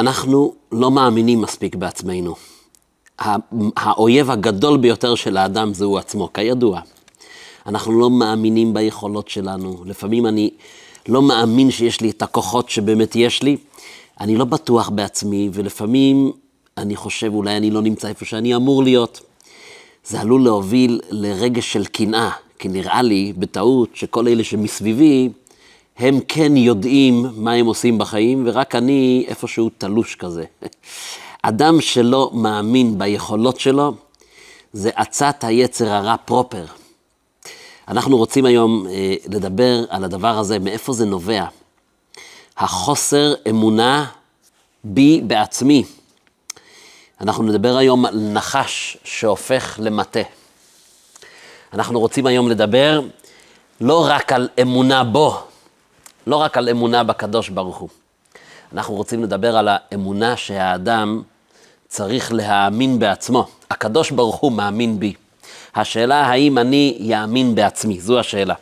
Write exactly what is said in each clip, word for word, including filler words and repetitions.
אנחנו לא מאמינים מספיק בעצמנו. האויב הגדול ביותר של האדם זהו עצמו, כידוע. אנחנו לא מאמינים ביכולות שלנו. לפעמים אני לא מאמין שיש לי את הכוחות שבאמת יש לי. אני לא בטוח בעצמי, ולפעמים אני חושב אולי אני לא נמצא איפה שאני אמור להיות. זה עלול להוביל לרגש של קנאה, כי נראה לי בטעות שכל אלה שמסביבי, הם כן יודעים מה הם עושים בחיים, ורק אני איפשהו תלוש כזה. אדם שלא מאמין ביכולות שלו, זה עצת היצר הרע פרופר. אנחנו רוצים היום אה, לדבר על הדבר הזה, מאיפה זה נובע. החוסר אמונה בי בעצמי. אנחנו נדבר היום על נחש שהופך למטה. אנחנו רוצים היום לדבר לא רק על אמונה בו, לא רק על אמונה בקדוש ברוך הוא. אנחנו רוצים לדבר על האמונה שהאדם צריך להאמין בעצמו. הקדוש ברוך הוא מאמין בי. השאלה האם אני יאמין בעצמי, זו השאלה.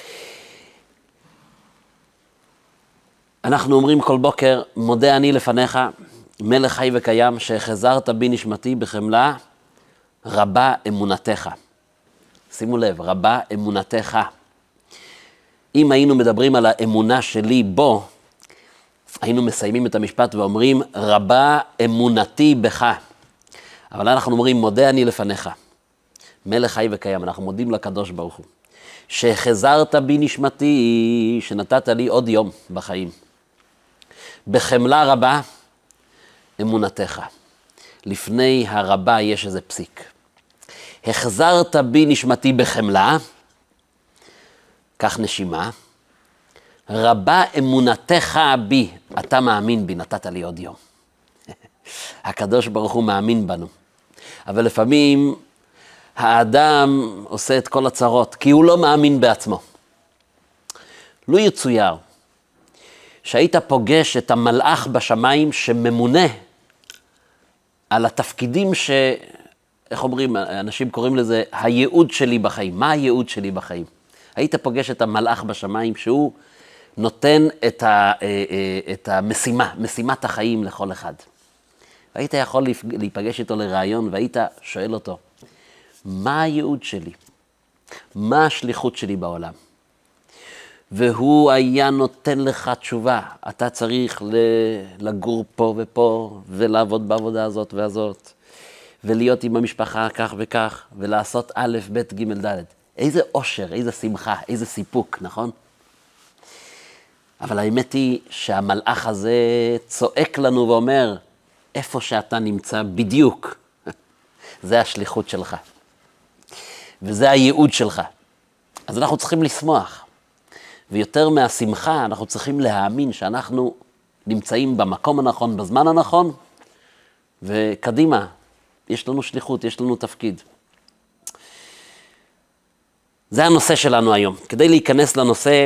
אנחנו אומרים כל בוקר, מודה אני לפניך, מלך חי וקיים, שהחזרת בי נשמתי בחמלה, רבה אמונתך. שימו לב, רבה אמונתך. אם היינו מדברים על האמונה שלי בו, היינו מסיימים את המשפט ואומרים, רבה אמונתי בך. אבל אנחנו אומרים, מודה אני לפניך, מלך חי וקיים. אנחנו מודים לקדוש ברוך הוא, שהחזרת בי נשמתי, שנתת לי עוד יום בחיים. בחמלה רבה אמונתך. לפני הרבה יש איזה פסיק. החזרת בי נשמתי בחמלה, כך נשימה, רבה אמונתך בי, אתה מאמין בי, נתת לי עוד יום. הקדוש ברוך הוא מאמין בנו. אבל לפעמים האדם עושה את כל הצרות, כי הוא לא מאמין בעצמו. לא יצויר שהיית פוגש את המלאך בשמיים שממונה על התפקידים ש... איך אומרים, אנשים קוראים לזה, הייעוד שלי בחיים. מה הייעוד שלי בחיים? היית פוגש את המלאך בשמיים שהוא נותן את, ה, את המשימה, משימת החיים לכל אחד. והיית יכול להיפגש איתו לרעיון והיית שואל אותו, מה הייעוד שלי? מה השליחות שלי בעולם? והוא היה נותן לך תשובה. אתה צריך לגור פה ופה ולעבוד בעבודה הזאת והזאת. ולהיות עם המשפחה כך וכך, ולעשות א', ב', ג', ד'. איזה אושר, איזה שמחה, איזה סיפוק, נכון? אבל האמת היא שהמלאך הזה צועק לנו ואומר, איפה שאתה נמצא בדיוק, זה השליחות שלך. וזה הייעוד שלך. אז אנחנו צריכים לשמוח. ויותר מהשמחה, אנחנו צריכים להאמין שאנחנו נמצאים במקום הנכון, בזמן הנכון, וקדימה. יש לנו שליחות, יש לנו תפקיד. זה הנושא שלנו היום. כדי להיכנס לנושא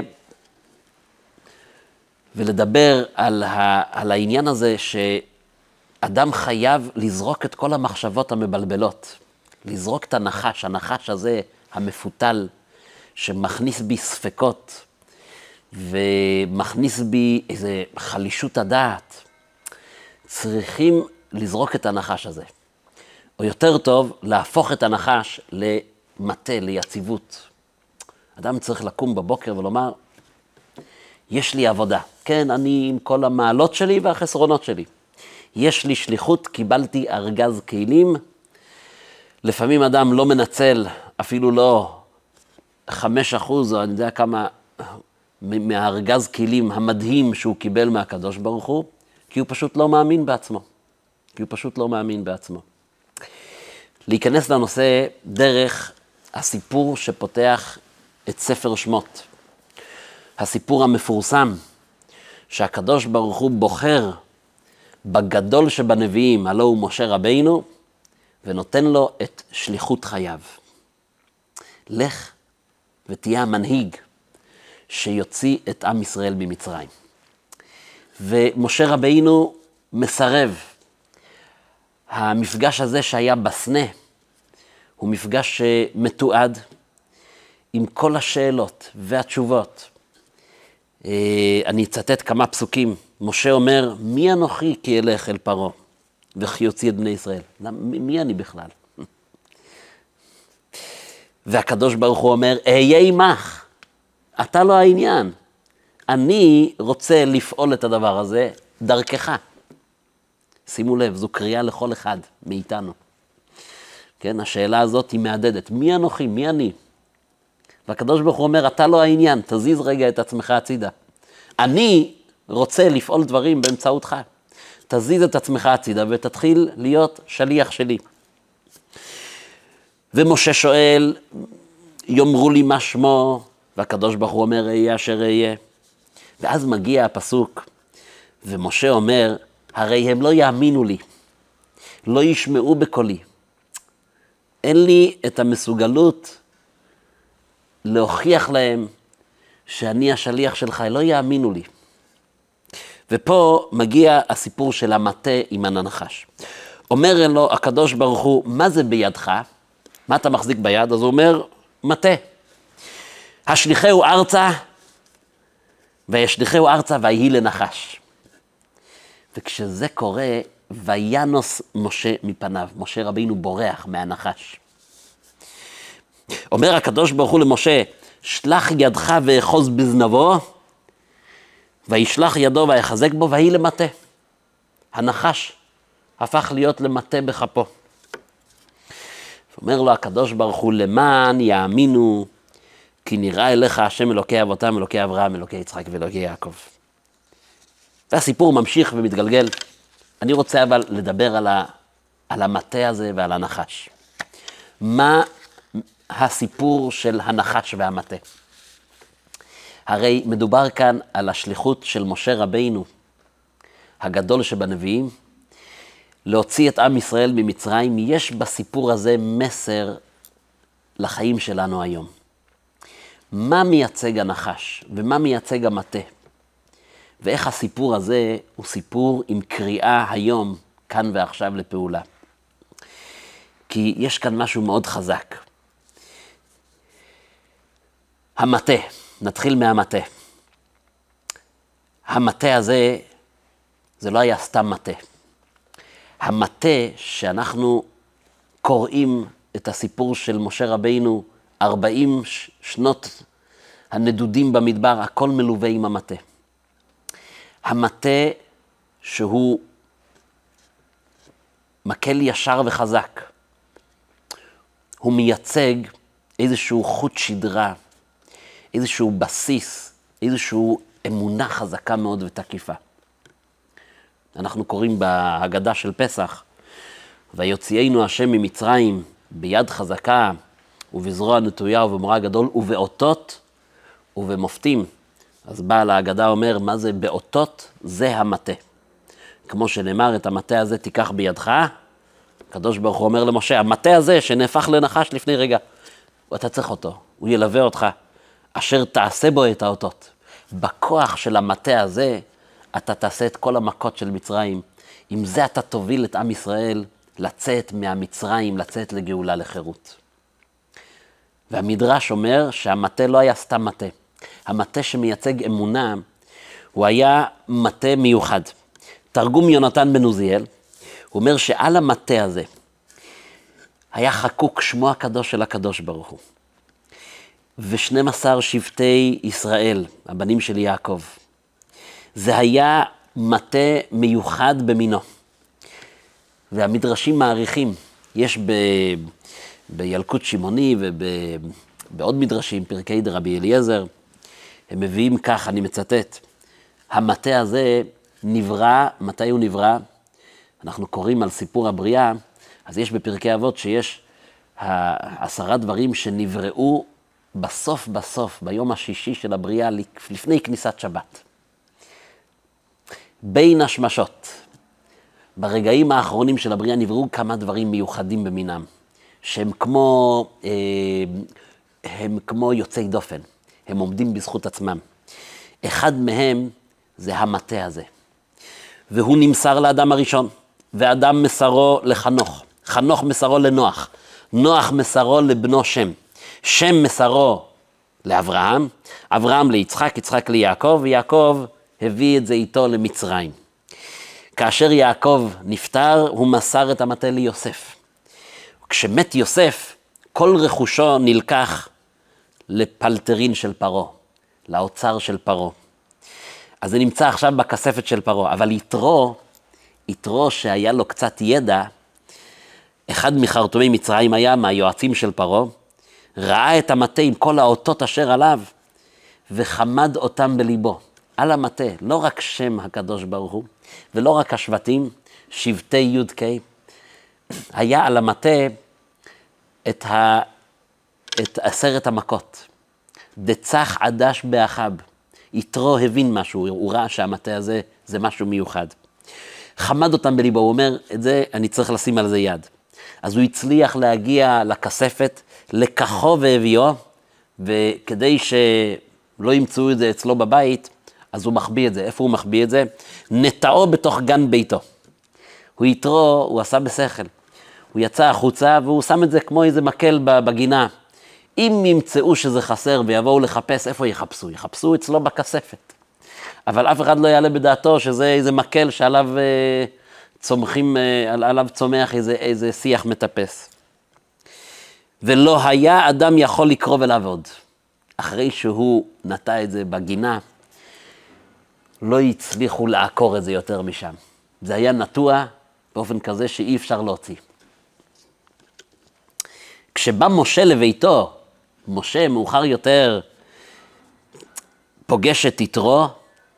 ולדבר על, ה, על העניין הזה שאדם חייב לזרוק את כל המחשבות המבלבלות. לזרוק את הנחש, הנחש הזה המפותל שמכניס בי ספקות ומכניס בי איזה חלישות הדעת. צריכים לזרוק את הנחש הזה. או יותר טוב, להפוך את הנחש למטה, ליציבות. אדם צריך לקום בבוקר ולומר, יש לי עבודה. כן, אני עם כל המעלות שלי והחסרונות שלי. יש לי שליחות, קיבלתי ארגז כלים. לפעמים אדם לא מנצל, אפילו לא חמש אחוז, או אני יודע כמה, מהארגז כלים המדהים שהוא קיבל מהקדוש ברוך הוא, כי הוא פשוט לא מאמין בעצמו. כי הוא פשוט לא מאמין בעצמו. להיכנס לנושא דרך הסיפור שפותח את ספר שמות. הסיפור המפורסם שהקדוש ברוך הוא בוחר בגדול שבנביאים, הלא הוא משה רבינו, ונותן לו את שליחות חייו. לך ותהיה המנהיג שיוציא את עם ישראל ממצרים. ומשה רבינו מסרב. המפגש הזה שהיה בסנה, הוא מפגש מתועד עם כל השאלות והתשובות. אני אצטט כמה פסוקים. משה אומר, מי אנוכי כי אלך אל פרעה וכי יוציא את בני ישראל? מי אני בכלל? והקדוש ברוך הוא אומר, אהיה עמך, אתה לא העניין. אני רוצה לפעול את הדבר הזה דרכך. שימו לב, זו קריאה לכל אחד מאיתנו. כן, השאלה הזאת היא מעדדת. מי אנוכי? מי אני? והקדוש ברוך הוא אומר, אתה לא העניין, תזיז רגע את עצמך הצידה. אני רוצה לפעול דברים באמצעותך. תזיז את עצמך הצידה ותתחיל להיות שליח שלי. ומשה שואל, יאמרו לי מה שמו, והקדוש ברוך הוא אומר, אהיה אשר אהיה. ואז מגיע הפסוק, ומשה אומר, הרי הם לא יאמינו לי, לא ישמעו בקולי. אין לי את המסוגלות להוכיח להם שאני השליח שלך, לא יאמינו לי. ופה מגיע הסיפור של המטה עם הנחש. אומר לו הקדוש ברוך הוא, מה זה בידך? מה אתה מחזיק ביד? אז הוא אומר, מטה. השליחהו ארצה, וישליחהו ארצה ויהי לנחש. וכשזה קורה, וינוס משה מפניו. משה רבינו בורח מהנחש. אומר הקדוש ברוך הוא למשה, שלח ידך ואחוז בזנבו, וישלח ידו ויחזק בו, ויהי למטה. הנחש הפך להיות למטה בכפו. אומר לו הקדוש ברוך הוא, למען יאמינו, כי נראה אליך השם אלוקי אבותם, אלוקי אברהם, אלוקי יצחק ואלוקי יעקב. והסיפור ממשיך ומתגלגל. אני רוצה אבל לדבר על, ה, על המטה הזה ועל הנחש. מה הסיפור של הנחש והמטה? הרי מדובר כאן על השליחות של משה רבינו, הגדול שבנביאים, להוציא את עם ישראל ממצרים. יש בסיפור הזה מסר לחיים שלנו היום. מה מייצג הנחש ומה מייצג המטה? ואיך הסיפור הזה הוא סיפור עם קריאה היום, כאן ועכשיו לפעולה. כי יש כאן משהו מאוד חזק. המטה, נתחיל מהמטה. המטה הזה, זה לא היה סתם מטה. המטה שאנחנו קוראים את הסיפור של משה רבינו, ארבעים שנות הנדודים במדבר, הכל מלווה עם המטה. המטה שהוא מקל ישר וחזק. הוא מייצג איזשהו חוט שדרה, איזשהו בסיס, איזשהו אמונה חזקה מאוד ותקיפה. אנחנו קוראים בהגדה של פסח, ויוציאנו השם ממצרים ביד חזקה ובזרוע נטויה ובמראה גדול ובאותות ובמופתים. אז בעל ההגדה אומר, מה זה באותות? זה המטה. כמו שנאמר, את המטה הזה תיקח בידך, הקדוש ברוך הוא אומר למשה, המטה הזה שנהפך לנחש לפני רגע, אתה צריך אותו, הוא ילווה אותך, אשר תעשה בו את האותות. בכוח של המטה הזה, אתה תעשה את כל המכות של מצרים. עם זה אתה תוביל את עם ישראל לצאת מהמצרים, לצאת לגאולה לחירות. והמדרש אומר שהמטה לא היה סתם מטה. המטה שמייצג אמונה, הוא היה מטה מיוחד. תרגום יונתן בן עוזיאל, הוא אומר שעל המטה הזה, היה חקוק שמו הקדוש של הקדוש ברוך הוא. ו-שנים עשר שבטי ישראל, הבנים של יעקב. זה היה מטה מיוחד במינו. והמדרשים מעריכים, יש ב... בילקוט שמעוני ובעוד מדרשים, פרקי דרבי אליעזר, הם מביאים כך, אני מצטט, המטה הזה נברא, מתי הוא נברא? אנחנו קוראים על סיפור הבריאה, אז יש בפרקי אבות שיש עשרה דברים שנבראו בסוף בסוף, ביום השישי של הבריאה, לפני כניסת שבת. בין השמשות, ברגעים האחרונים של הבריאה נבראו כמה דברים מיוחדים במינם, שהם כמו, הם כמו יוצאי דופן, הם עומדים בזכות עצמם. אחד מהם זה המטה הזה, והוא נמסר לאדם הראשון, ואדם מסרו לחנוך, חנוך מסרו לנוח, נוח מסרו לבנו שם, שם מסרו לאברהם, אברהם ליצחק, יצחק ליעקב, ויעקב הביא את זה איתו למצרים. כאשר יעקב נפטר, הוא מסר את המטה ליוסף. כשמת יוסף, כל רכושו נלקח לפלטרין של פרו, לאוצר של פרו. אז זה נמצא עכשיו בכספת של פרו, אבל יתרו, יתרו שהיה לו קצת ידע, אחד מחרטומי מצרים היה מהיועצים של פרו, ראה את המטה עם כל האותות אשר עליו, וחמד אותם בליבו. על המטה, לא רק שם הקדוש ברוך הוא, ולא רק השבטים, שבטי י' ק', היה על המטה את, ה... את עשרת המכות. דצח עדש באחב. יתרו הבין משהו, הוא ראה שהמטה הזה זה משהו מיוחד. חמד אותם בליבו, הוא אומר, את זה אני צריך לשים על זה יד. אז הוא הצליח להגיע לכספת, לקחו והביאו, וכדי שלא ימצאו את זה אצלו בבית, אז הוא מחביא את זה. איפה הוא מחביא את זה? נטעו בתוך גן ביתו. הוא יתרו, הוא עשה בשכל. הוא יצא החוצה והוא שם את זה כמו איזה מקל בגינה. אם ימצאו שזה חסר ויבואו לחפש, איפה יחפשו? יחפשו אצלו בכספת. אבל אף אחד לא יעלה בדעתו שזה איזה מקל שעליו אה, צומחים, אה, עליו צומח איזה, איזה שיח מטפס. ולא היה אדם יכול לקרוב אליו עוד. אחרי שהוא נטע את זה בגינה, לא הצליחו לעקור את זה יותר משם. זה היה נטוע באופן כזה שאי אפשר להוציא. כשבא משה לביתו, משה מאוחר יותר פוגש את יתרו,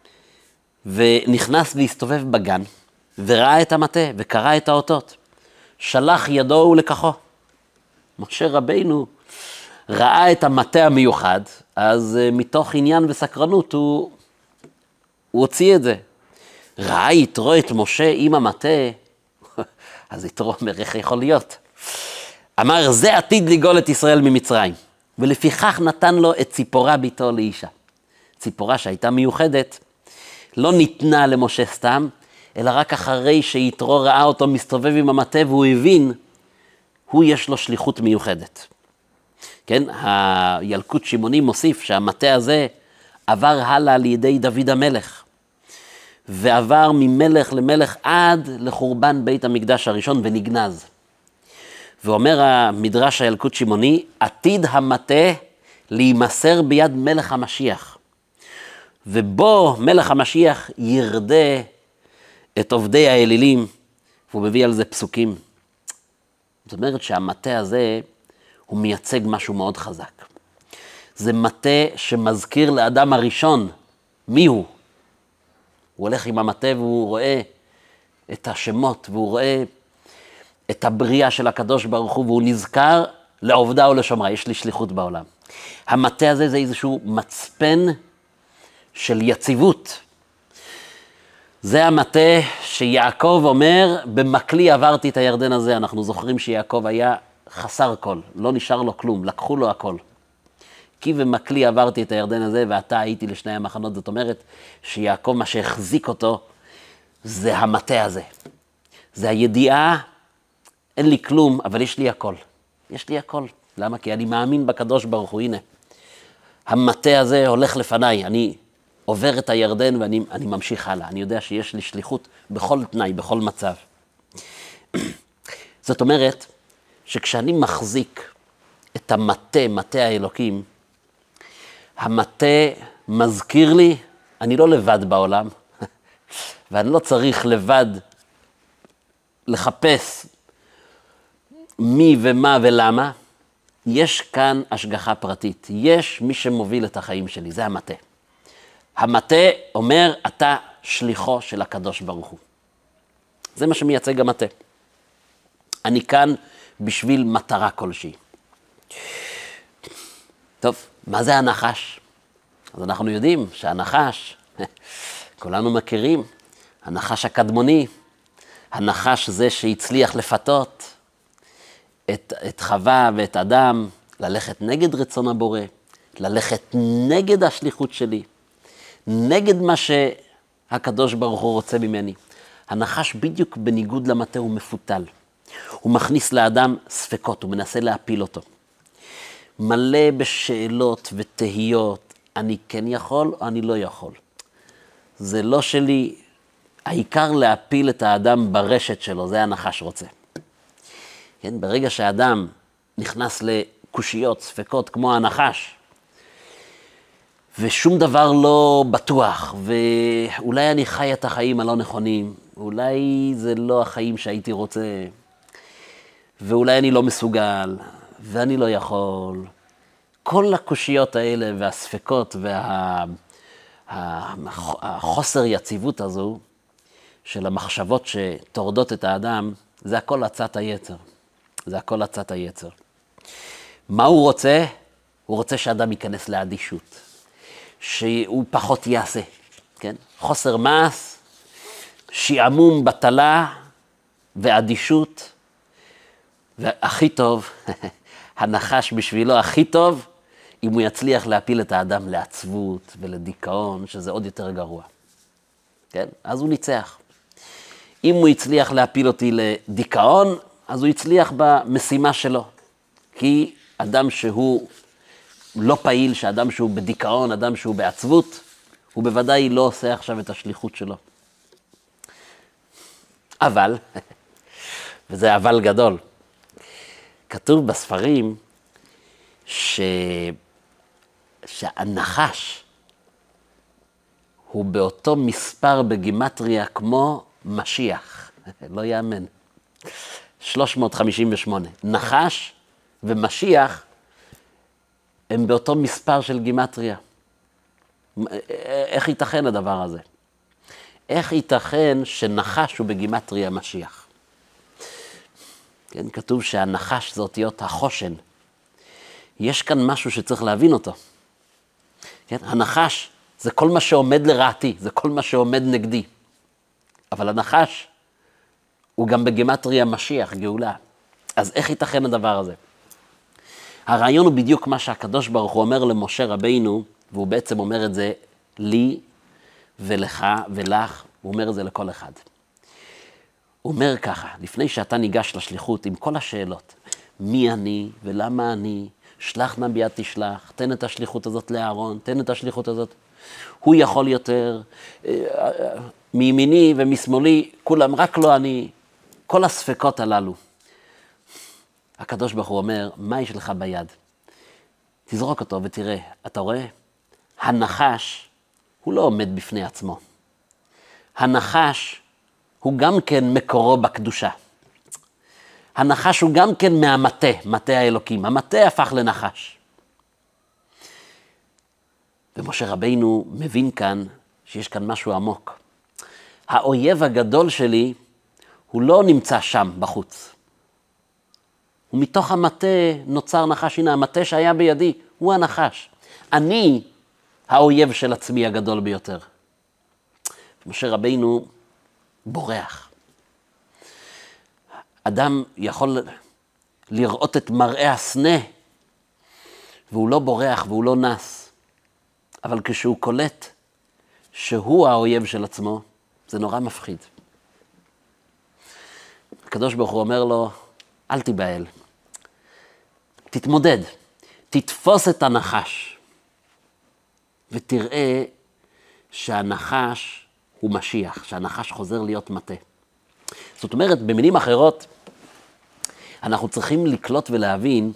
ונכנס והסתובב בגן, וראה את המטה, וקרא את האותות. שלח ידו ולקחו. משה רבינו ראה את המטה המיוחד, אז מתוך עניין וסקרנות הוא, הוא הוציא את זה. ראה יתרו את משה עם המטה, אז יתרו אומר, איך יכול להיות? אמר, זה עתיד לגאול את ישראל ממצרים. ולפיכך נתן לו את ציפורה ביתו לאישה. ציפורה שהייתה מיוחדת, לא ניתנה למשה סתם, אלא רק אחרי שיתרו ראה אותו מסתובב עם המטה, והוא הבין, הוא יש לו שליחות מיוחדת. כן, הילקוט שמעוני מוסיף שהמטה הזה עבר הלאה לידי דוד המלך, ועבר ממלך למלך עד לחורבן בית המקדש הראשון ונגנז. ואומר המדרש הילקוט שמעוני, עתיד המטה להימסר ביד מלך המשיח. ובו מלך המשיח ירדה את עובדי האלילים, והוא מביא על זה פסוקים. זאת אומרת שהמטה הזה הוא מייצג משהו מאוד חזק. זה מטה שמזכיר לאדם הראשון, מי הוא? הוא הולך עם המטה והוא רואה את השמות, והוא רואה את הבריאה של הקדוש ברוך הוא, והוא נזכר לעובדה ולשומרה, יש לי שליחות בעולם. המטה הזה זה איזשהו מצפן של יציבות. זה המטה שיעקב אומר, במקלי עברתי את הירדן הזה. אנחנו זוכרים שיעקב היה חסר כל, לא נשאר לו כלום, לקחו לו הכל. כי במקלי עברתי את הירדן הזה, ואתה הייתי לשני המחנות. זאת אומרת שיעקב, מה שהחזיק אותו, זה המטה הזה. זה הידיעה, אין לי כלום, אבל יש לי הכל. יש לי הכל. למה? כי אני מאמין בקדוש ברוך הוא. הנה, המטה הזה הולך לפניי. אני עובר את הירדן ואני אני ממשיך הלאה. אני יודע שיש לי שליחות בכל תנאי, בכל מצב. זאת אומרת, שכשאני מחזיק את המטה, מטה האלוקים, המטה מזכיר לי, אני לא לבד בעולם, ואני לא צריך לבד לחפש מי ומה ולמה. יש כאן השגחה פרטית, יש מי שמוביל את החיים שלי, זה המטה. המטה אומר, אתה שליחו של הקדוש ברוך הוא. זה מה שמייצג המטה. אני כאן בשביל מטרה כלשהי. טוב, מה זה הנחש? אז אנחנו יודעים שהנחש, כולנו מכירים, הנחש הקדמוני, הנחש זה שהצליח לפתות את, את חווה ואת אדם, ללכת נגד רצון הבורא, ללכת נגד השליחות שלי, נגד מה שהקדוש ברוך הוא רוצה ממני. הנחש בדיוק בניגוד למטה הוא מפותל. הוא מכניס לאדם ספקות, הוא מנסה להפיל אותו. מלא בשאלות ותהיות, אני כן יכול או אני לא יכול. זה לא שלי, העיקר להפיל את האדם ברשת שלו, זה הנחש רוצה. כן, ברגע שהאדם נכנס לקושיות, ספקות, כמו הנחש, ושום דבר לא בטוח, ואולי אני חי את החיים הלא נכונים, אולי זה לא החיים שהייתי רוצה, ואולי אני לא מסוגל, ואני לא יכול. כל הקושיות האלה והספקות והחוסר יציבות הזו של המחשבות שתורדות את האדם, זה הכל עצת היצר. זה הכל עצת היצר. מה הוא רוצה? הוא רוצה שאדם ייכנס לאדישות. שהוא פחות יעשה, כן? חוסר מעש, שעמום בטלה ואדישות, והכי טוב, הנחש בשבילו הכי טוב, אם הוא יצליח להפיל את האדם לעצבות ולדיכאון, שזה עוד יותר גרוע. כן? אז הוא ניצח. אם הוא הצליח להפיל אותי לדיכאון, אז הוא הצליח במשימה שלו. כי אדם שהוא לא פעיל, שאדם שהוא בדיכאון, אדם שהוא בעצבות, הוא בוודאי לא עושה עכשיו את השליחות שלו. אבל, וזה אבל גדול, כתוב בספרים ש... שהנחש הוא באותו מספר בגימטריה כמו משיח. לא יאמן. שלוש מאות חמישים ושמונה. נחש ומשיח הם באותו מספר של גימטריה. איך ייתכן הדבר הזה? איך ייתכן שנחש הוא בגימטריה משיח? כן, כתוב שהנחש זה אותיות החושן. יש כאן משהו שצריך להבין אותו. כן, הנחש זה כל מה שעומד לרעתי, זה כל מה שעומד נגדי. אבל הנחש הוא גם בגימטריה משיח, גאולה. אז איך ייתכן הדבר הזה? הרעיון הוא בדיוק מה שהקדוש ברוך הוא אומר למשה רבינו, והוא בעצם אומר את זה לי ולך ולך, הוא אומר את זה לכל אחד. הוא אומר ככה, לפני שאתה ניגש לשליחות עם כל השאלות, מי אני ולמה אני, שלח נא ביד תשלח, תן את השליחות הזאת לאהרון, תן את השליחות הזאת, הוא יכול יותר, מימיני ומשמאלי, כולם רק לא אני, כל הספקות הללו. הקדוש ברוך הוא אומר, מה יש לך ביד? תזרוק אותו ותראה, אתה רואה? הנחש הוא לא עומד בפני עצמו. הנחש הוא גם כן מקורו בקדושה. הנחש הוא גם כן מהמטה, מטה האלוקים. המטה הפך לנחש. ומשה רבינו מבין כאן שיש כאן משהו עמוק. האויב הגדול שלי הוא לא נמצא שם בחוץ. ומתוך המטה נוצר נחש. הנה, המטה שהיה בידי הוא הנחש. אני האויב של עצמי הגדול ביותר. משה רבינו בורח. אדם יכול לראות את מראה הסנה, והוא לא בורח והוא לא נס. אבל כשהוא קולט שהוא האויב של עצמו, זה נורא מפחיד. הקדוש ברוך הוא אומר לו, אל תיבהל. תתמודד. תתפוס את הנחש. ותראה שהנחש הוא משיח, שהנחש חוזר להיות מטה. זאת אומרת, במילים אחרות, אנחנו צריכים לקלוט ולהבין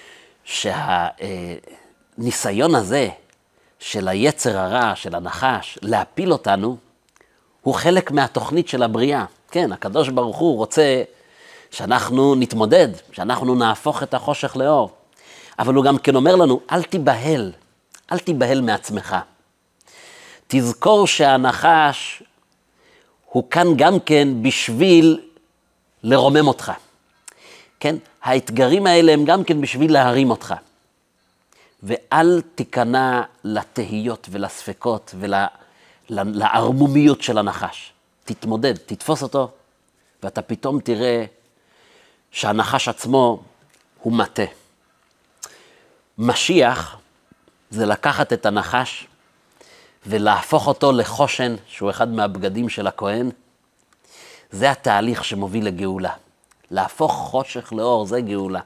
שהניסיון הזה של היצר הרע, של הנחש, להפיל אותנו, הוא חלק מהתוכנית של הבריאה. כן, הקדוש ברוך הוא רוצה שאנחנו נתמודד, שאנחנו נהפוך את החושך לאור. אבל הוא גם כן אומר לנו, אל תיבהל, אל תיבהל מעצמך. תזכור שהנחש הוא כאן גם כן בשביל לרומם אותך. כן? האתגרים האלה הם גם כן בשביל להרים אותך. ואל תיכנע לתהיות ולספקות ולערמומיות של הנחש. תתמודד, תתפוס אותו, ואתה פתאום תראה שהנחש עצמו הוא מטה. משיח זה לקחת את הנחש ולהפוך אותו לחושן, שהוא אחד מהבגדים של הכהן. זה התהליך שמוביל לגאולה. להפוך חושך לאור, זה גאולה.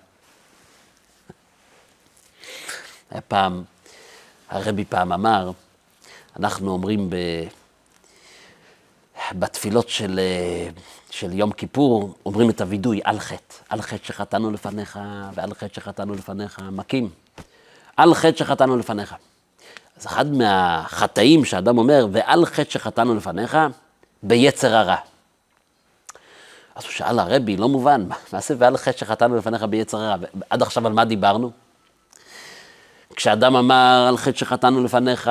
היה פעם, הרבי פעם אמר, אנחנו אומרים ב, בתפילות של, של יום כיפור אומרים את הוידוי על חטא, על חטא שחטאנו לפניך ועל חטא שחטאנו לפניך, מכים, על חטא שחטאנו לפניך. אז אחד מהחטאים שאדם אומר, ועל חטא שחטאנו לפניך, ביצר הרע. אז הוא שאל הרבי, לא מובן, מה זה ועל חטא שחטאנו לפניך ביצר הרע? עד עכשיו על מה דיברנו? כשאדם אמר על חטא שחטאנו לפניך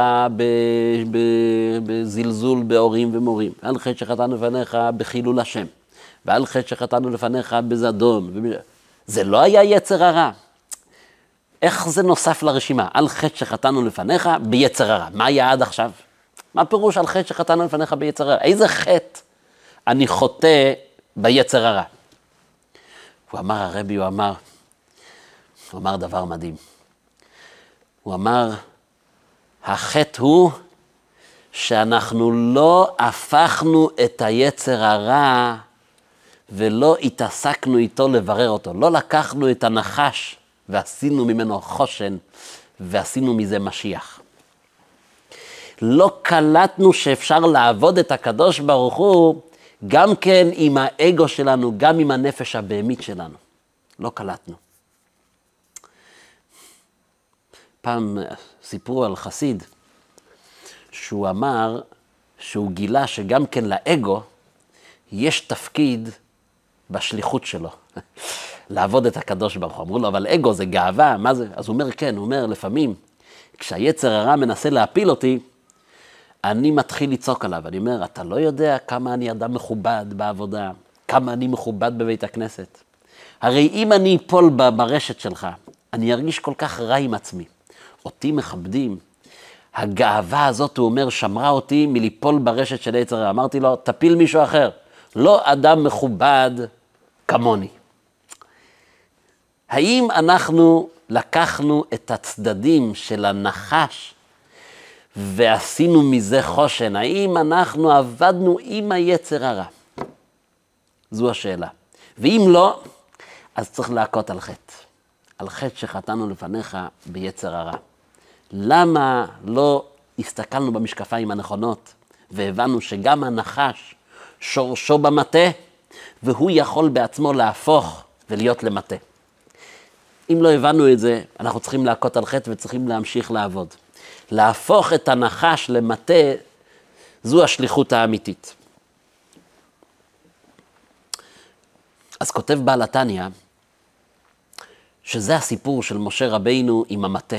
בזלזול בהורים ומורים, על חטא שחטאנו לפניך בחילול השם, ועל חטא שחטאנו לפניך בזדון, זה לא היה יצר הרע. איך זה נוסף לרשימה? על חטא שחטאנו לפניך ביצר הרע. מה היה עד עכשיו? מה פירוש על חטא שחטאנו לפניך ביצר הרע? איזה חטא אני חוטא ביצר הרע? הוא אמר, הרבי, הוא אמר, הוא אמר דבר מדהים. הוא אמר, החטא הוא שאנחנו לא הפכנו את היצר הרע ולא התעסקנו איתו לברר אותו. לא לקחנו את הנחש ועשינו ממנו חושן ועשינו מזה משיח. לא קלטנו שאפשר לעבוד את הקדוש ברוך הוא גם כן עם האגו שלנו, גם עם הנפש הבהמית שלנו. לא קלטנו. פעם סיפרו על חסיד שהוא אמר שהוא גילה שגם כן לאגו יש תפקיד בשליחות שלו. לעבוד את הקדוש ברוך הוא. אמרו לו, אבל אגו זה גאווה, מה זה? אז הוא אומר, כן, הוא אומר, לפעמים, כשהיצר הרע מנסה להפיל אותי, אני מתחיל לצעוק עליו. אני אומר, אתה לא יודע כמה אני אדם מכובד בעבודה, כמה אני מכובד בבית הכנסת. הרי אם אני אפול ברשת שלך, אני ארגיש כל כך רע עם עצמי. אותי מכבדים. הגאווה הזאת, הוא אומר, שמרה אותי מליפול ברשת של היצר הרע. אמרתי לו, תפיל מישהו אחר. לא אדם מכובד כמוני. האם אנחנו לקחנו את הצדדים של הנחש ועשינו מזה חושן? האם אנחנו עבדנו עם היצר הרע? זו השאלה. ואם לא, אז צריך להכות על חטא. על חטא שחטאנו לפניך ביצר הרע. למה לא הסתכלנו במשקפיים הנכונות והבנו שגם הנחש שורשו במטה והוא יכול בעצמו להפוך ולהיות למטה? אם לא הבנו את זה, אנחנו צריכים להכות על חטא וצריכים להמשיך לעבוד. להפוך את הנחש למטה, זו השליחות האמיתית. אז כותב בעל התניא, שזה הסיפור של משה רבינו עם המטה.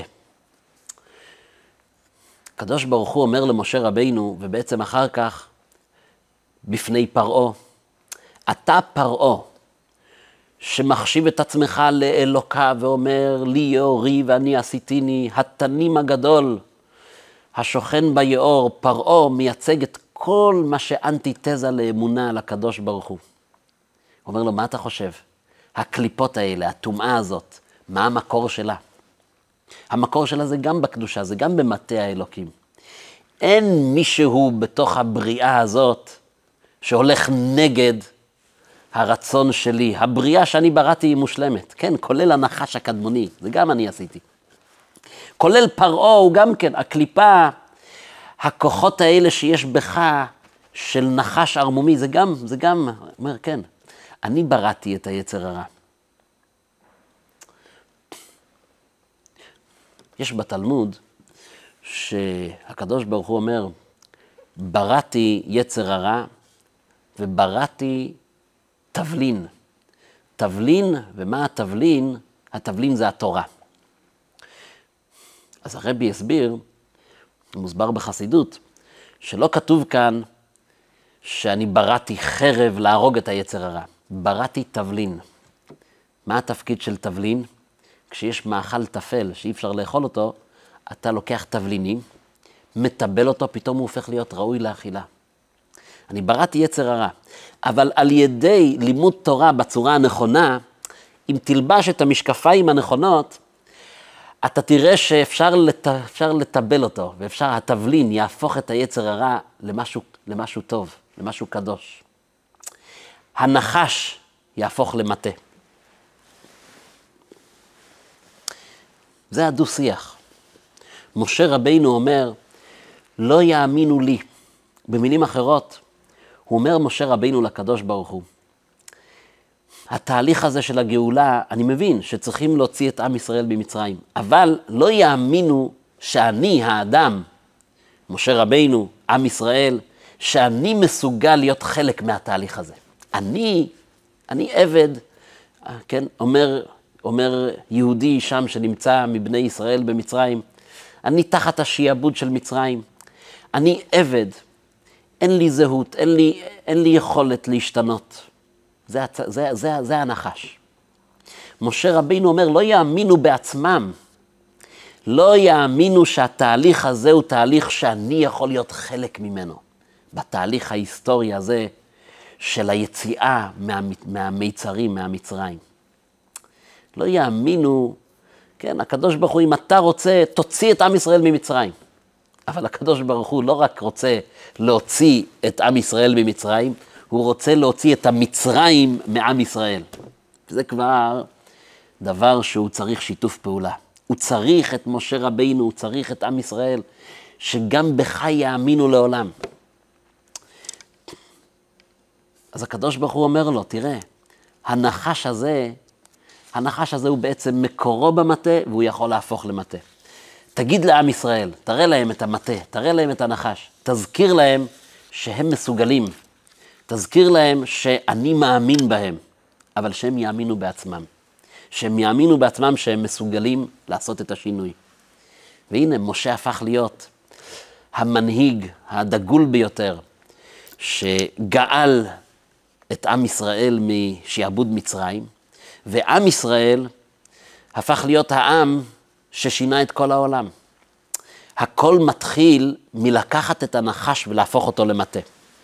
הקדוש ברוך הוא אומר למשה רבינו, ובעצם אחר כך, בפני פרעה, אתה פרעה, שמחשיב את עצמך לאלוקה ואומר, לי יאורי ואני עשיתיני, התנים הגדול, השוכן ביאור, פרעה מייצג את כל מה שאנטיתזה לאמונה על הקדוש ברוך הוא. הוא אומר לו, מה אתה חושב? הקליפות האלה, הטומאה הזאת, מה המקור שלה? המקור שלה זה גם בקדושה, זה גם במטה האלוקים. אין מישהו בתוך הבריאה הזאת שהולך נגד הרצון שלי. הבריאה שאני בראתי היא מושלמת. כן, כולל הנחש הקדמוני, זה גם אני עשיתי. כולל פרעה הוא גם כן, הקליפה, הכוחות האלה שיש בך של נחש ערמומי, זה גם, זה גם, אומר, כן, אני בראתי את היצר הרע. יש בתלמוד שהקדוש ברוך הוא אומר, בראתי יצר הרע ובראתי תבלין. תבלין, ומה התבלין? התבלין זה התורה. אז הרבי הסביר, מוסבר בחסידות, שלא כתוב כאן שאני בראתי חרב להרוג את היצר הרע. בראתי תבלין. מה התפקיד של תבלין? כשיש מאכל תפל שאי אפשר לאכול אותו, אתה לוקח תבלינים, מטבל אותו, פתאום הוא הופך להיות ראוי לאכילה. אני בראתי יצר הרע, אבל על ידי לימוד תורה בצורה הנכונה, אם תלבש את המשקפיים הנכונות, אתה תראה שאפשר לת... אפשר לטבל אותו, ואפשר, התבלין יהפוך את היצר הרע למשהו, למשהו טוב, למשהו קדוש. הנחש יהפוך למטה. זה הדו-שיח. משה רבינו אומר, לא יאמינו לי. במילים אחרות, הוא אומר משה רבינו לקדוש ברוך הוא, התהליך הזה של הגאולה, אני מבין שצריכים להוציא את עם ישראל במצרים, אבל לא יאמינו שאני האדם, משה רבינו, עם ישראל, שאני מסוגל להיות חלק מהתהליך הזה. אני, אני עבד, כן, אומר, אומר יהודי שם שנמצא מבני ישראל במצרים, אני תחת השיעבוד של מצרים, אני עבד, אין לי זהות, אין לי, אין לי יכולת להשתנות. זה, זה, זה, זה הנחש. משה רבינו אומר, לא יאמינו בעצמם, לא יאמינו שהתהליך הזה הוא תהליך שאני יכול להיות חלק ממנו. בתהליך ההיסטורי הזה של היציאה מה, מהמיצרים, מהמצרים. לא יאמינו, כן, הקדוש ברוך הוא, אם אתה רוצה, תוציא את עם ישראל ממצרים. אבל הקדוש ברוך הוא לא רק רוצה להוציא את עם ישראל ממצרים, הוא רוצה להוציא את המצרים מעם ישראל. זה כבר דבר שהוא צריך שיתוף פעולה. הוא צריך את משה רבינו, הוא צריך את עם ישראל, שגם בך יאמינו לעולם. אז הקדוש ברוך הוא אומר לו, תראה, הנחש הזה, הנחש הזה הוא בעצם מקורו במטה, והוא יכול להפוך למטה. תגיד לעם ישראל, תראה להם את המטה, תראה להם את הנחש, תזכיר להם שהם מסוגלים, תזכיר להם שאני מאמין בהם, אבל שהם יאמינו בעצמם. שהם יאמינו בעצמם שהם מסוגלים לעשות את השינוי. והנה, משה הפך להיות המנהיג הדגול ביותר, שגאל את עם ישראל משעבוד מצרים, ועם ישראל הפך להיות העם ששינה את כל העולם. הכל מתחיל מלקחת את הנחש ולהפוך אותו למטה.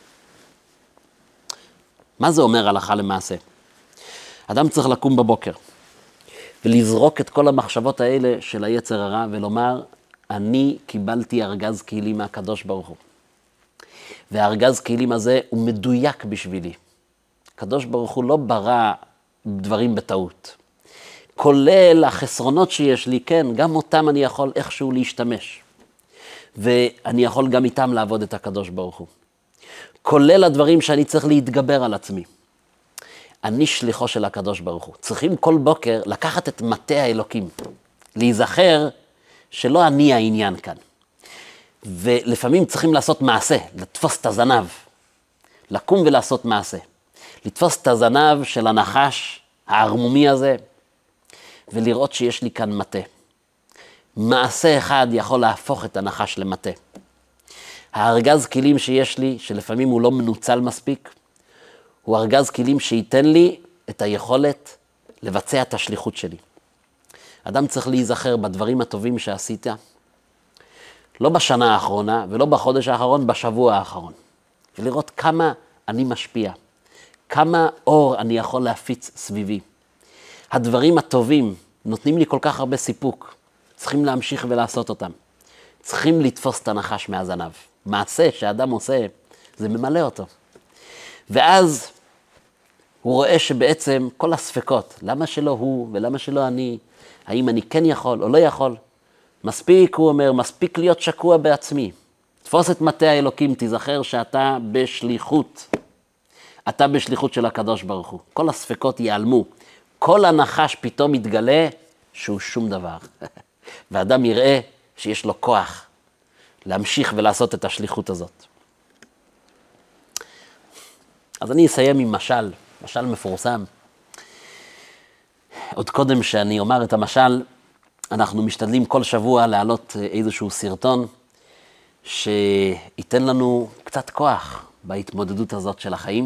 מה זה אומר הלכה למעשה? אדם צריך לקום בבוקר ולזרוק את כל המחשבות האלה של היצר הרע ולומר, אני קיבלתי ארגז כלים מהקדוש ברוך הוא. והארגז כלים הזה הוא מדויק בשבילי. הקדוש ברוך הוא לא ברא דברים בטעות. כולל החסרונות שיש לי, כן, גם אותם אני יכול איכשהו להשתמש. ואני יכול גם איתם לעבוד את הקדוש ברוך הוא. כולל הדברים שאני צריך להתגבר על עצמי. אני שליחו של הקדוש ברוך הוא. צריכים כל בוקר לקחת את מטה האלוקים. להיזכר שלא אני העניין כאן. ולפעמים צריכים לעשות מעשה, לתפוס את הזנב. לקום ולעשות מעשה. לתפוס את הזנב של הנחש הערמומי הזה, ולראות שיש לי כאן מטה. מעשה אחד יכול להפוך את הנחש למטה. הארגז כלים שיש לי, שלפעמים הוא לא מנוצל מספיק, הוא ארגז כלים שייתן לי את היכולת לבצע את השליחות שלי. אדם צריך להיזכר בדברים הטובים שעשית, לא בשנה האחרונה ולא בחודש האחרון, בשבוע האחרון. ולראות כמה אני משפיע, כמה אור אני יכול להפיץ סביבי. הדברים הטובים נותנים לי כל כך הרבה סיפוק, צריכים להמשיך ולעשות אותם. צריכים לתפוס את הנחש מהזנב. מעשה שאדם עושה, זה ממלא אותו. ואז הוא רואה שבעצם כל הספקות, למה שלא הוא ולמה שלא אני, האם אני כן יכול או לא יכול, מספיק, הוא אומר, מספיק להיות שקוע בעצמי. תפוס את מטה האלוקים, תיזכר שאתה בשליחות. אתה בשליחות של הקדוש ברוך הוא. כל הספקות ייעלמו. כל הנחש פתאום יתגלה שהוא שום דבר. ואדם יראה שיש לו כוח להמשיך ולעשות את השליחות הזאת. אז אני אסיים עם משל, משל מפורסם. עוד קודם שאני אומר את המשל, אנחנו משתדלים כל שבוע להעלות איזשהו סרטון שייתן לנו קצת כוח בהתמודדות הזאת של החיים.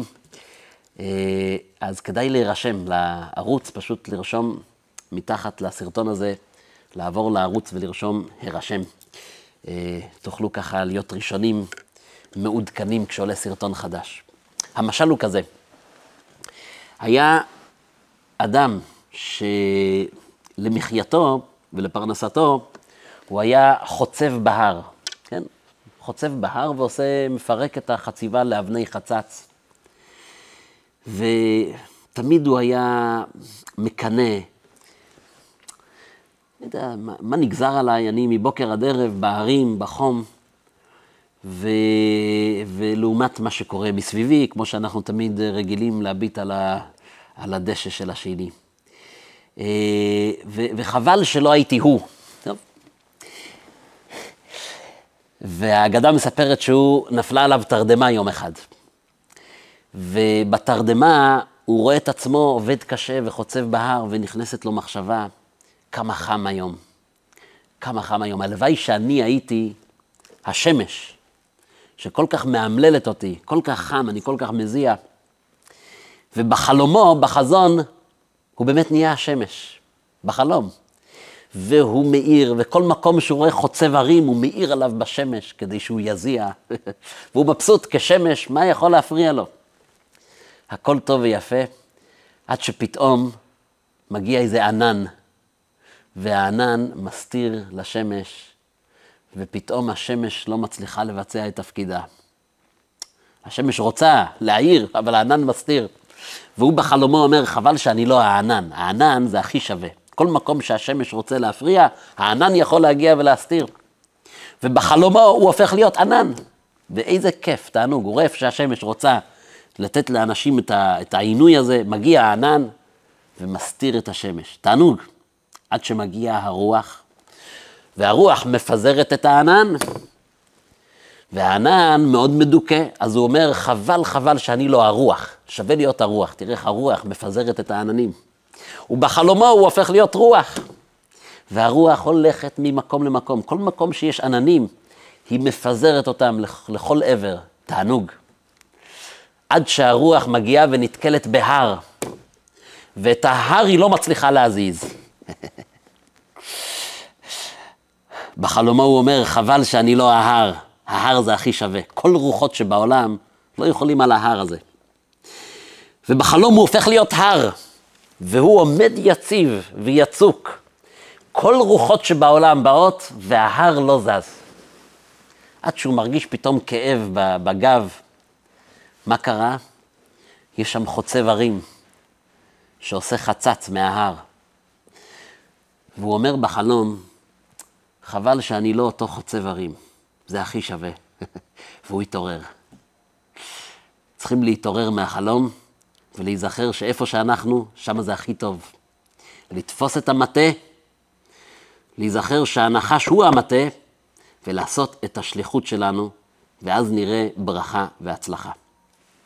אז כדאי להירשם לערוץ, פשוט לרשום מתחת לסרטון הזה, לעבור לערוץ ולרשום הרשם. תוכלו ככה להיות ראשונים מעודכנים כשעולה סרטון חדש. המשל הוא כזה, היה אדם שלמחייתו ולפרנסתו הוא היה חוצב בהר, כן? חוצב בהר ועושה, מפרק את החציבה לאבני חצץ. ותמיד הוא היה מקנה, לא יודע, מה, מה נגזר עליי, אני מבוקר עד ערב, בהרים, בחום, ו... ולעומת מה שקורה מסביבי, כמו שאנחנו תמיד רגילים להביט על, ה... על הדשא של השני. ו... וחבל שלא הייתי הוא. טוב. והאגדה מספרת שהוא נפלה עליו תרדמה יום אחד. ובתרדמה הוא רואה את עצמו עובד קשה וחוצב בהר, ונכנסת לו מחשבה, כמה חם היום. כמה חם היום. הלוואי שאני הייתי השמש, שכל כך מאמללת אותי, כל כך חם, אני כל כך מזיע. ובחלומו, בחזון, הוא באמת נהיה השמש. בחלום. והוא מאיר, וכל מקום שהוא רואה חוצב הרים, הוא מאיר עליו בשמש, כדי שהוא יזיע. והוא מבסוט כשמש, מה יכול להפריע לו? הכל טוב ויפה, עד שפתאום מגיע איזה ענן, והענן מסתיר לשמש, ופתאום השמש לא מצליחה לבצע את תפקידה. השמש רוצה להעיר, אבל הענן מסתיר. והוא בחלומו אומר, חבל שאני לא הענן. הענן זה הכי שווה. כל מקום שהשמש רוצה להפריע, הענן יכול להגיע ולהסתיר. ובחלומו הוא הופך להיות ענן. ואיזה כיף, תענוג. הוא רואה שהשמש רוצה לתת לאנשים את, ה, את העינוי הזה, מגיע הענן ומסתיר את השמש. תענוג. עד שמגיע הרוח, והרוח מפזרת את הענן, והענן מאוד מדוכא, אז הוא אומר, חבל, חבל שאני לא הרוח, שווה להיות הרוח, תראה איך הרוח מפזרת את העננים. ובחלומו הוא הופך להיות רוח, והרוח הולכת ממקום למקום, כל מקום שיש עננים, היא מפזרת אותם לכל עבר, תענוג. עד שהרוח מגיעה ונתקלת בהר, ואת ההר היא לא מצליחה להזיז. בחלומו הוא אומר, חבל שאני לא ההר, ההר זה הכי שווה. כל רוחות שבעולם לא יכולים על ההר הזה. ובחלום הוא הופך להיות הר, והוא עומד יציב ויצוק. כל רוחות שבעולם באות, וההר לא זז. עד שהוא מרגיש פתאום כאב בגב. מה קרה? יש שם חוצב הרים, שעושה חצץ מההר. והוא אומר בחלום, חבל שאני לא אותו חוצב הרים, זה הכי שווה. והוא יתעורר. צריכים להתעורר מהחלום, ולהיזכר שאיפה שאנחנו, שם זה הכי טוב. לתפוס את המטה, להיזכר שהנחש הוא המטה, ולעשות את השליחות שלנו, ואז נראה ברכה והצלחה.